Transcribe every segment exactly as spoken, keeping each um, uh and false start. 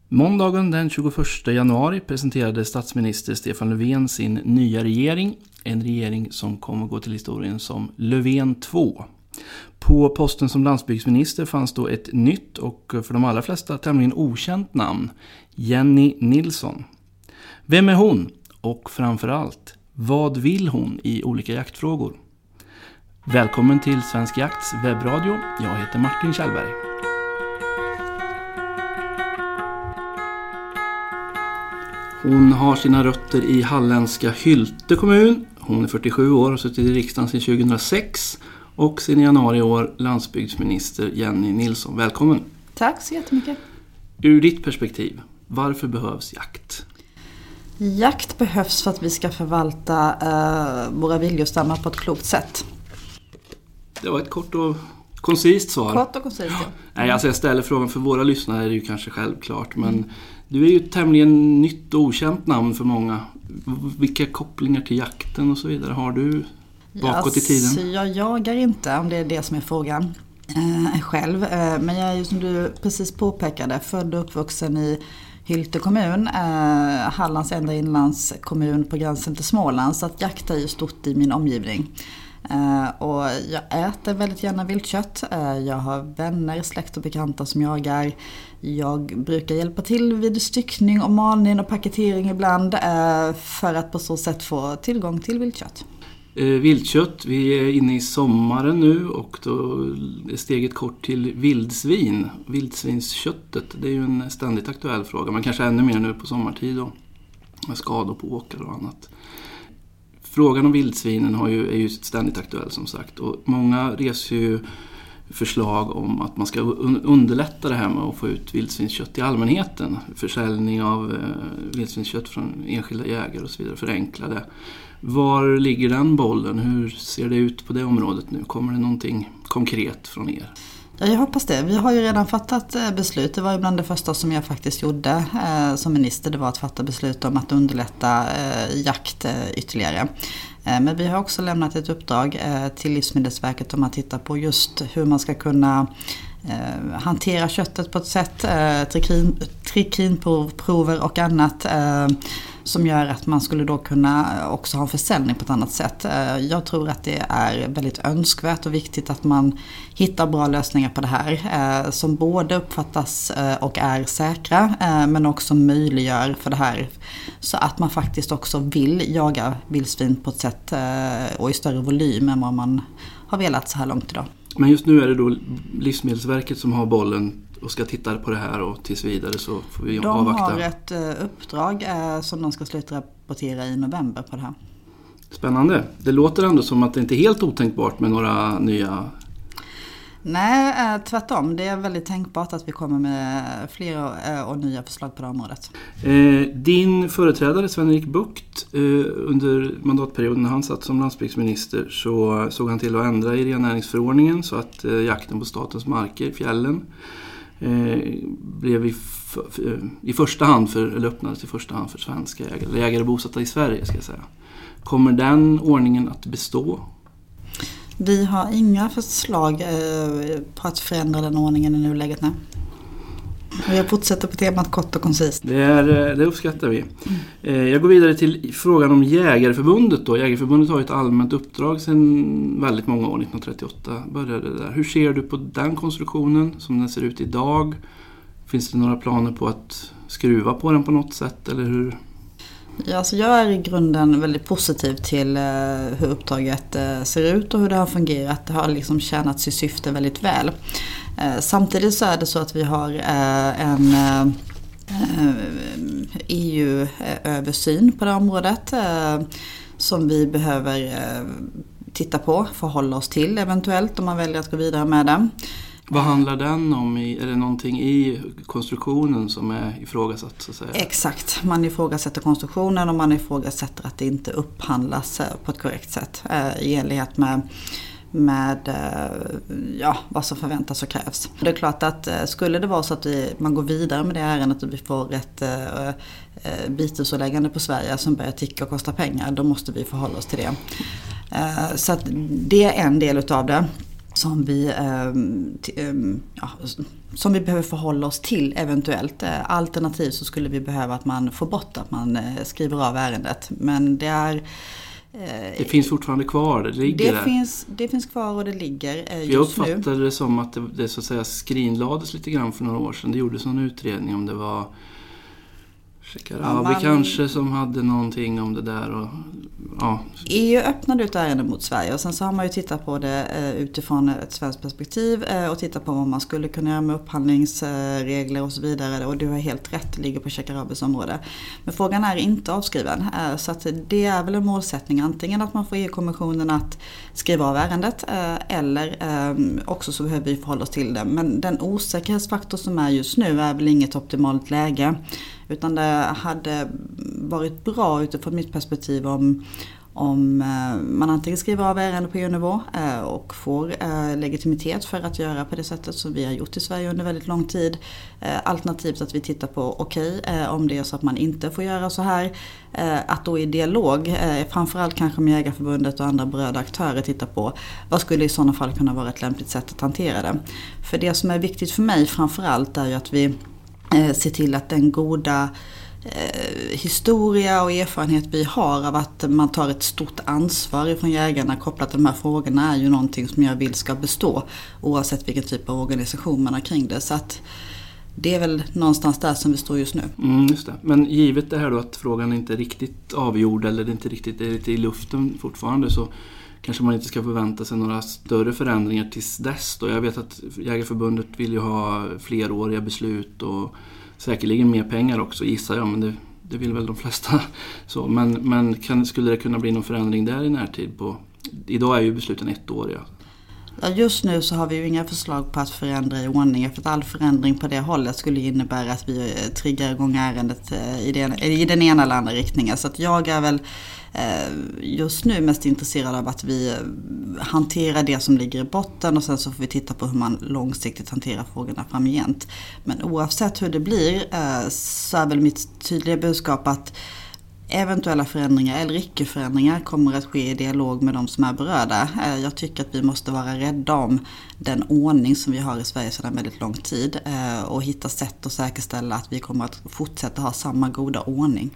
Måndagen den tjugoförsta januari presenterade statsminister Stefan Löfven sin nya regering. En regering som kommer att gå till historien som Löfven två. På posten som landsbygdsminister fanns då ett nytt och för de allra flesta tämligen okänt namn. Jenny Nilsson. Vem är hon? Och framförallt, vad vill hon i olika jaktfrågor? Välkommen till Svensk Jakts webbradio. Jag heter Martin Kjellberg. Hon har sina rötter i halländska Hylte kommun. Hon är fyrtiosju år och har suttit i riksdagen sedan tjugohundrasex. Och sedan i januari i år landsbygdsminister Jenny Nilsson. Välkommen. Tack så jättemycket. Ur ditt perspektiv, varför behövs jakt? Jakt behövs för att vi ska förvalta uh, våra vilddjurstammar på ett klokt sätt. Det var ett kort och koncist svar. Kort och koncist, ja. Nej, alltså jag ställer frågan för våra lyssnare, är det ju kanske självklart. Men mm. du är ju ett tämligen nytt och okänt namn för många. Vilka kopplingar till jakten och så vidare har du bakåt yes, i tiden? Jag jagar inte, om det är det som är frågan eh, själv. Eh, men jag är ju, som du precis påpekade, född och uppvuxen i Hylte kommun, eh, Hallands enda inlandskommun på gränsen till Småland. Så att jakt är ju stort i min omgivning. Uh, och jag äter väldigt gärna viltkött. Uh, jag har vänner, släkt och bekanta som jagar. Jag brukar hjälpa till vid styckning och malning och paketering ibland uh, för att på så sätt få tillgång till viltkött. Uh, viltkött, vi är inne i sommaren nu och då är steget kort till vildsvin. Vildsvinsköttet, det är ju en ständigt aktuell fråga. Men kanske ännu mer nu på sommartid då, med skador på åker och annat. Frågan om vildsvinen har ju, är ju ständigt aktuell som sagt, och många reser ju förslag om att man ska underlätta det här med att få ut vildsvinskött i allmänheten. Försäljning av eh, vildsvinskött från enskilda jägare och så vidare, förenkla det. Var ligger den bollen? Hur ser det ut på det området nu? Kommer det någonting konkret från er? Ja, jag hoppas det. Vi har ju redan fattat beslut. Det var ju bland det första som jag faktiskt gjorde eh, som minister. Det var att fatta beslut om att underlätta eh, jakt eh, ytterligare. Eh, men vi har också lämnat ett uppdrag eh, till Livsmedelsverket om att titta på just hur man ska kunna eh, hantera köttet på ett sätt. Eh, trikin, trikinprover och annat eh, som gör att man skulle då kunna också ha en försäljning på ett annat sätt. Jag tror att det är väldigt önskvärt och viktigt att man hittar bra lösningar på det här som både uppfattas och är säkra men också möjliggör för det här så att man faktiskt också vill jaga vildsvin på ett sätt och i större volym än vad man har velat så här långt idag. Men just nu är det då Livsmedelsverket som har bollen och ska titta på det här och tills vidare så får vi de avvakta. De har ett uh, uppdrag uh, som de ska slutrapportera i november på det här. Spännande. Det låter ändå som att det inte är helt otänkbart med några nya... Nej, uh, tvärtom. Det är väldigt tänkbart att vi kommer med fler uh, och nya förslag på det området. Eh, din företrädare Sven-Erik Bucht eh, under mandatperioden när han satt som landsbygdsminister så såg han till att ändra i rennäringsförordningen så att eh, jakten på statens marker, fjällen, Eh, blev i, f- f- i första hand för, eller öppnades i första hand för svenska jägare, eller jägare bosatta i Sverige ska jag säga. Kommer den ordningen att bestå? Vi har inga förslag eh, på att förändra den ordningen i nuläget. Nej. Jag fortsätter på temat kort och koncist. Det, är, det uppskattar vi. Mm. Jag går vidare till frågan om Jägarförbundet. Då. Jägarförbundet har ett allmänt uppdrag sedan väldigt många år, nittonhundratrettioåtta började det där. Hur ser du på den konstruktionen som den ser ut idag? Finns det några planer på att skruva på den på något sätt? Eller hur? Ja, alltså jag är i grunden väldigt positiv till hur uppdraget ser ut och hur det har fungerat. Det har liksom tjänat sitt syfte väldigt väl. Samtidigt så är det så att vi har en E U-översyn på det området som vi behöver titta på, förhålla oss till eventuellt om man väljer att gå vidare med den. Vad handlar den om? Är det någonting i konstruktionen som är ifrågasatt så att säga? Exakt, man ifrågasätter konstruktionen och man ifrågasätter att det inte upphandlas på ett korrekt sätt i enlighet med med ja, vad som förväntas och krävs. Det är klart att skulle det vara så att vi, man går vidare med det ärendet och vi får ett äh, bitesåläggande på Sverige som börjar ticka och kosta pengar, då måste vi förhålla oss till det. Äh, så att det är en del utav det. som vi, eh, t- eh, ja, som vi behöver förhålla oss till eventuellt. Alternativt så skulle vi behöva att man får bort att man eh, skriver av ärendet. Men det är... Det finns fortfarande kvar, det ligger det där. Finns, det finns kvar och det ligger just nu. Jag uppfattade det som att det, det så att säga skrinlades lite grann för några år sedan. Det gjordes en utredning om det var Shekarabi ja, man... kanske som hade någonting om det där. Och, ja. E U öppnade ut ärenden mot Sverige och sen så har man ju tittat på det utifrån ett svenskt perspektiv och tittat på vad man skulle kunna göra med upphandlingsregler och så vidare. Och du har helt rätt, det ligger på Shekarabis område. Men frågan är inte avskriven. Så att det är väl en målsättning antingen att man får E U-kommissionen att skriva av ärendet eller också så behöver vi förhålla oss till det. Men den osäkerhetsfaktor som är just nu är väl inget optimalt läge. Utan det hade varit bra utifrån mitt perspektiv om, om man antingen skriver av ärenden på E U-nivå och får legitimitet för att göra på det sättet som vi har gjort i Sverige under väldigt lång tid. Alternativt att vi tittar på okej, okay, om det är så att man inte får göra så här, att då i dialog, framförallt kanske med Jägarförbundet och andra berörda aktörer titta på vad skulle i sådana fall kunna vara ett lämpligt sätt att hantera det. För det som är viktigt för mig framförallt är ju att vi se till att den goda eh, historia och erfarenhet vi har av att man tar ett stort ansvar från jägarna kopplat till de här frågorna är ju någonting som jag vill ska bestå oavsett vilken typ av organisation man har kring det. Så att det är väl någonstans där som vi står just nu. Mm, just det. Men givet det här då att frågan inte är riktigt avgjord eller det inte riktigt är lite i luften fortfarande så kanske man inte ska förvänta sig några större förändringar tills dess då. Jag vet att Jägarförbundet vill ju ha fleråriga beslut och säkerligen mer pengar också gissar jag, men det, det vill väl de flesta. Så, men men kan, skulle det kunna bli någon förändring där i närtid? På, idag är ju besluten ettåriga. Ja, just nu så har vi ju inga förslag på att förändra i ordning för att all förändring på det hållet skulle innebära att vi triggar igång ärendet i den, i den ena eller andra riktningen. Så att jag är väl just nu mest intresserad av att vi hanterar det som ligger i botten och sen så får vi titta på hur man långsiktigt hanterar frågorna framgent. Men oavsett hur det blir så är väl mitt tydliga budskap att eventuella förändringar eller icke-förändringar kommer att ske i dialog med de som är berörda. Jag tycker att vi måste vara rädda om den ordning som vi har i Sverige sedan väldigt lång tid och hitta sätt att säkerställa att vi kommer att fortsätta ha samma goda ordning.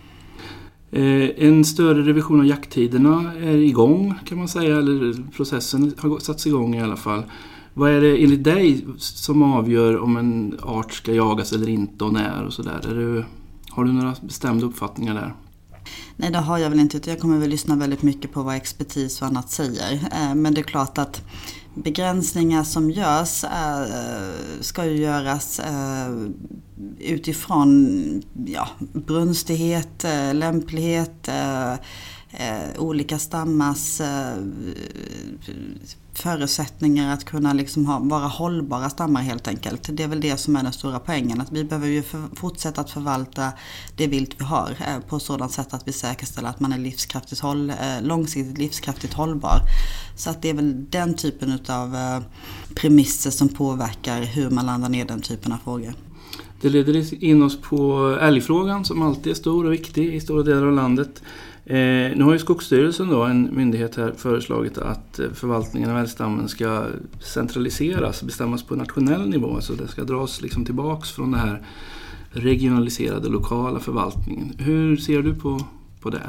En större revision av jakttiderna är igång kan man säga, eller processen har satts igång i alla fall. Vad är det enligt dig som avgör om en art ska jagas eller inte och när och sådär? Är det, har du några bestämda uppfattningar där? Nej, det har jag väl inte. Jag kommer väl lyssna väldigt mycket på vad expertis och annat säger. Men det är klart att begränsningar som görs äh, ska ju göras äh, utifrån ja, brunstighet, äh, lämplighet, äh, äh, olika stammars äh, förutsättningar att kunna liksom ha, vara hållbara stammar helt enkelt. Det är väl det som är den stora poängen. Att vi behöver ju för, fortsätta att förvalta det vilt vi har eh, på sådant sätt att vi säkerställer att man är livskraftigt håll, eh, långsiktigt livskraftigt hållbar. Så att det är väl den typen av eh, premisser som påverkar hur man landar ner den typen av frågor. Det leder in oss på älgfrågan som alltid är stor och viktig i stora delar av landet. Eh, nu har ju Skogsstyrelsen då, en myndighet här, föreslagit att förvaltningen av älgstammen ska centraliseras, bestämmas på nationell nivå. Så det ska dras liksom tillbaks från den här regionaliserade lokala förvaltningen. Hur ser du på, på det?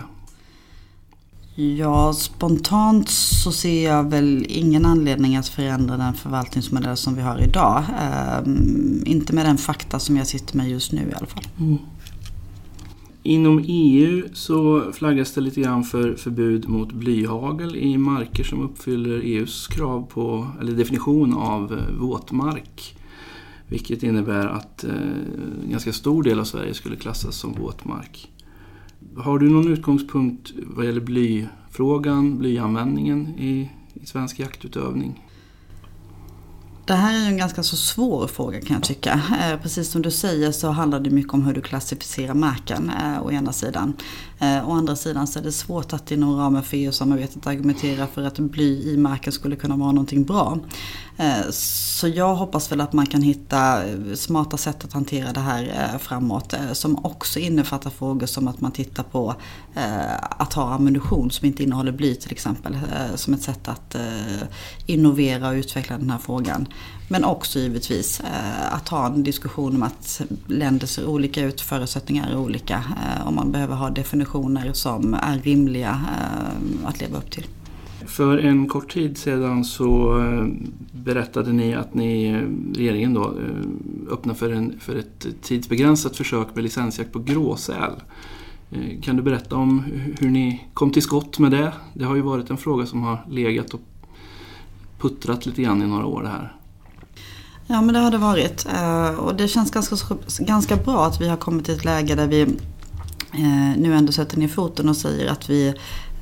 Ja, spontant så ser jag väl ingen anledning att förändra den förvaltningsmodell som vi har idag. Eh, inte med den fakta som jag sitter med just nu i alla fall. Mm. Inom E U så flaggas det lite grann för förbud mot blyhagel i marker som uppfyller E U:s krav på, eller definition av våtmark. Vilket innebär att en ganska stor del av Sverige skulle klassas som våtmark. Har du någon utgångspunkt vad gäller blyfrågan, blyanvändningen i, i svensk jaktutövning? Det här är ju en ganska så svår fråga kan jag tycka. Eh, precis som du säger så handlar det mycket om hur du klassificerar marken eh, å ena sidan. Eh, å andra sidan så är det svårt att inom ramen för E U-samarbetet argumentera för att bly i marken skulle kunna vara någonting bra. Så jag hoppas väl att man kan hitta smarta sätt att hantera det här framåt, som också innefattar frågor som att man tittar på att ha ammunition som inte innehåller bly till exempel, som ett sätt att innovera och utveckla den här frågan. Men också givetvis att ha en diskussion om att länder ser olika ut, förutsättningar är olika, och man behöver ha definitioner som är rimliga att leva upp till. För en kort tid sedan så berättade ni att ni, regeringen då, öppnar för, en, för ett tidsbegränsat försök med licensjakt på gråsäl. Kan du berätta om hur ni kom till skott med det? Det har ju varit en fråga som har legat och puttrat lite grann i några år det här. Ja, men det har det varit. Och det känns ganska, ganska bra att vi har kommit till ett läge där vi nu ändå sätter ner foten och säger att vi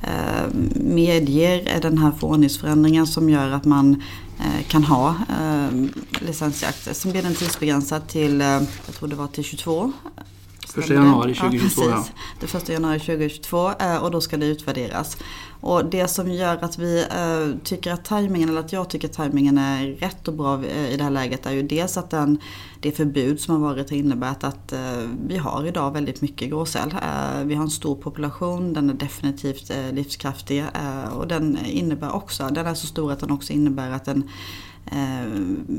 medger den här förordningsförändringen som gör att man kan ha licensjakt. Som blir den tidsbegränsad till, jag tror det var till tjugotvå. Första januari tjugohundratjugotvå. Ja, precis. Det första januari tjugohundratjugotvå, och då ska det utvärderas. Och det som gör att vi äh, tycker att tajmingen, eller att jag tycker att tajmingen är rätt och bra i det här läget, är ju dels att den, det förbud som har varit innebär att äh, vi har idag väldigt mycket gråsäl. Äh, vi har en stor population, den är definitivt äh, livskraftig, äh, och den innebär också, den är så stor att den också innebär att den äh,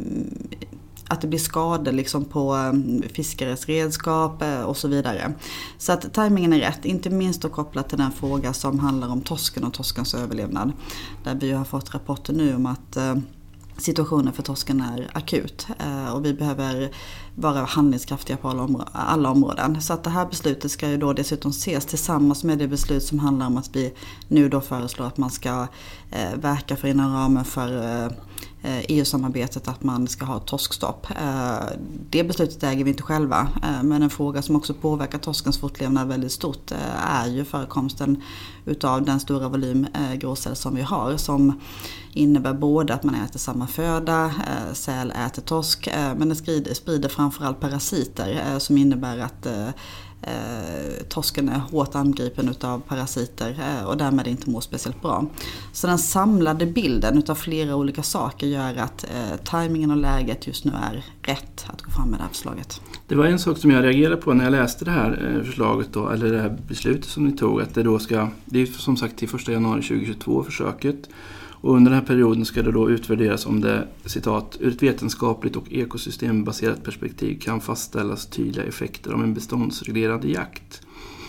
att det blir skador liksom på fiskares redskap och så vidare. Så att tajmingen är rätt, inte minst då kopplat till den fråga som handlar om torsken och torskens överlevnad. Där vi har fått rapporter nu om att situationen för torsken är akut, och vi behöver vara handlingskraftiga på alla, områ- alla områden. Så att det här beslutet ska ju då dessutom ses tillsammans med det beslut som handlar om att vi nu då föreslår att man ska eh, verka för inom ramen för eh, E U-samarbetet att man ska ha torskstopp. Eh, det beslutet äger vi inte själva, eh, men en fråga som också påverkar torskens fortlevnad väldigt stort eh, är ju förekomsten utav den stora volym eh, gråsäl som vi har, som innebär både att man äter samma föda, eh, säl äter torsk, eh, men det sprider, sprider framförallt parasiter eh, som innebär att eh, eh, torsken är hårt angripen utav parasiter eh, och därmed inte mår speciellt bra. Så den samlade bilden utav flera olika saker gör att eh, tajmingen och läget just nu är rätt att gå fram med det här förslaget. Det var en sak som jag reagerade på när jag läste det här förslaget då, eller det här beslutet som ni tog, att det då ska, det är som sagt till första januari tjugohundratjugotvå försöket, och under den här perioden ska det då utvärderas om det, citat, ur ett vetenskapligt och ekosystembaserat perspektiv kan fastställas tydliga effekter om en beståndsreglerande jakt.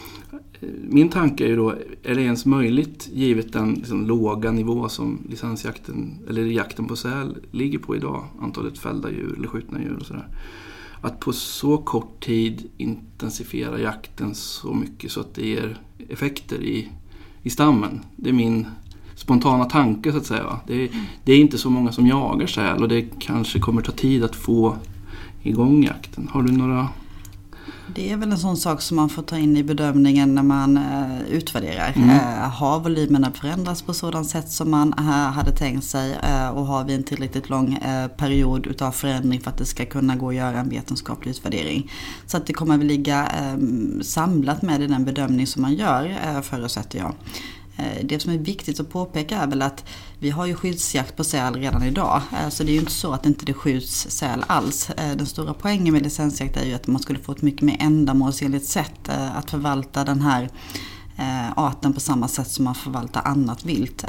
Min tanke är ju då, är det ens möjligt givet den liksom låga nivå som licensjakten eller jakten på säl ligger på idag, antalet fällda djur eller skjutna djur och sådär, att på så kort tid intensifiera jakten så mycket så att det ger effekter i, i stammen. Det är min spontana tanke så att säga. Det är, det är inte så många som jagar säl, och det kanske kommer ta tid att få igång jakten. Har du några... Det är väl en sån sak som man får ta in i bedömningen när man uh, utvärderar. Mm. Uh, har volymerna förändrats på sådant sätt som man uh, hade tänkt sig, uh, och har vi en tillräckligt lång uh, period utav förändring för att det ska kunna gå att göra en vetenskaplig utvärdering. Så att det kommer väl ligga um, samlat med i den bedömning som man gör, uh, förutsätter jag. Det som är viktigt att påpeka är väl att vi har ju skyddsjakt på säl redan idag. Så det är ju inte så att inte det skjuts säl alls. Den stora poängen med licensjakt är ju att man skulle få ett mycket mer ändamålsenligt sätt att förvalta den här arten på samma sätt som man förvaltar annat vilt.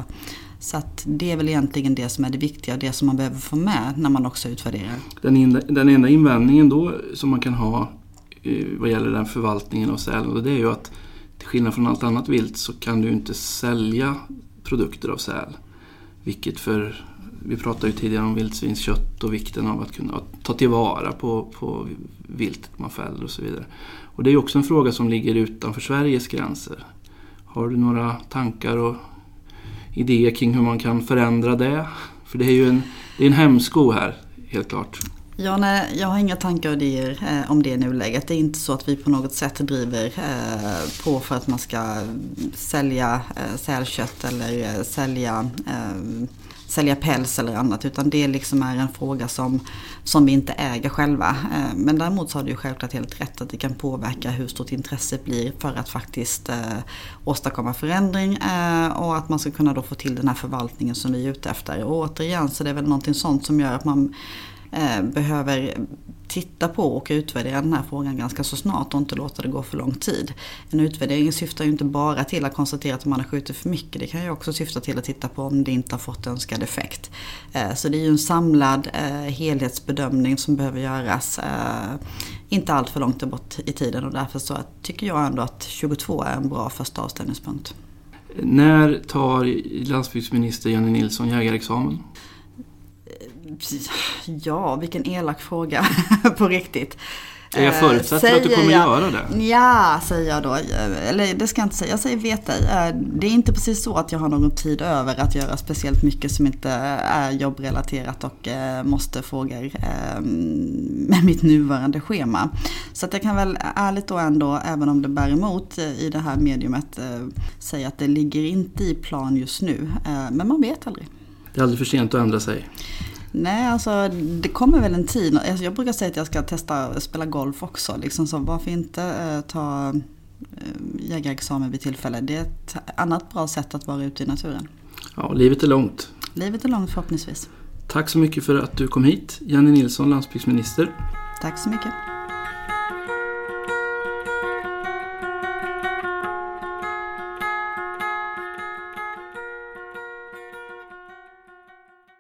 Så att det är väl egentligen det som är det viktiga och det som man behöver få med när man också utvärderar. Den, in, den enda invändningen då som man kan ha vad gäller den förvaltningen av säl, det är ju att till skillnad från allt annat vilt så kan du inte sälja produkter av säl. Vilket för, vi pratade ju tidigare om vildsvinskött och vikten av att kunna ta tillvara på, på viltet man fäller och så vidare. Och det är också en fråga som ligger utanför Sveriges gränser. Har du några tankar och idéer kring hur man kan förändra det? För det är ju en, det är en hämsko här, helt klart. Ja, nej, jag har inga tankar och idéer eh, om det nuläget. Det är inte så att vi på något sätt driver eh, på för att man ska sälja eh, sälkött eller eh, sälja eh, sälja päls eller annat, utan det liksom är en fråga som, som vi inte äger själva. Men däremot så har du ju självklart helt rätt att det kan påverka hur stort intresset blir för att faktiskt eh, åstadkomma förändring eh, och att man ska kunna då få till den här förvaltningen som vi är ute efter. Och återigen så det är väl någonting sånt som gör att man eh, behöver titta på och utvärdera den här frågan ganska så snart och inte låta det gå för lång tid. En utvärdering syftar ju inte bara till att konstatera att man har skjutit för mycket. Det kan ju också syfta till att titta på om det inte har fått önskad effekt. Så det är ju en samlad helhetsbedömning som behöver göras. Inte allt för långt bort i tiden, och därför så tycker jag ändå att tjugotvå är en bra första avstämningspunkt. När tar landsbygdsminister Jenny Nilsson jägarexamen? Ja, vilken elak fråga på riktigt. Jag förutsätter säger att du kommer jag, göra det. Ja, säger jag då. Eller det ska jag inte säga. Jag säger vet ej. Det är inte precis så att jag har någon tid över att göra speciellt mycket som inte är jobbrelaterat och måste fråga med mitt nuvarande schema. Så att jag kan väl ärligt då ändå, även om det bär emot i det här mediumet, säga att det ligger inte i plan just nu. Men man vet aldrig. Det är aldrig för sent att ändra sig. Nej, alltså det kommer väl en tid. Alltså, jag brukar säga att jag ska testa att spela golf också. Liksom, så varför inte eh, ta eh, jägarexamen vid tillfälle? Det är ett annat bra sätt att vara ute i naturen. Ja, livet är långt. Livet är långt förhoppningsvis. Tack så mycket för att du kom hit, Jenny Nilsson, landsbygdsminister. Tack så mycket.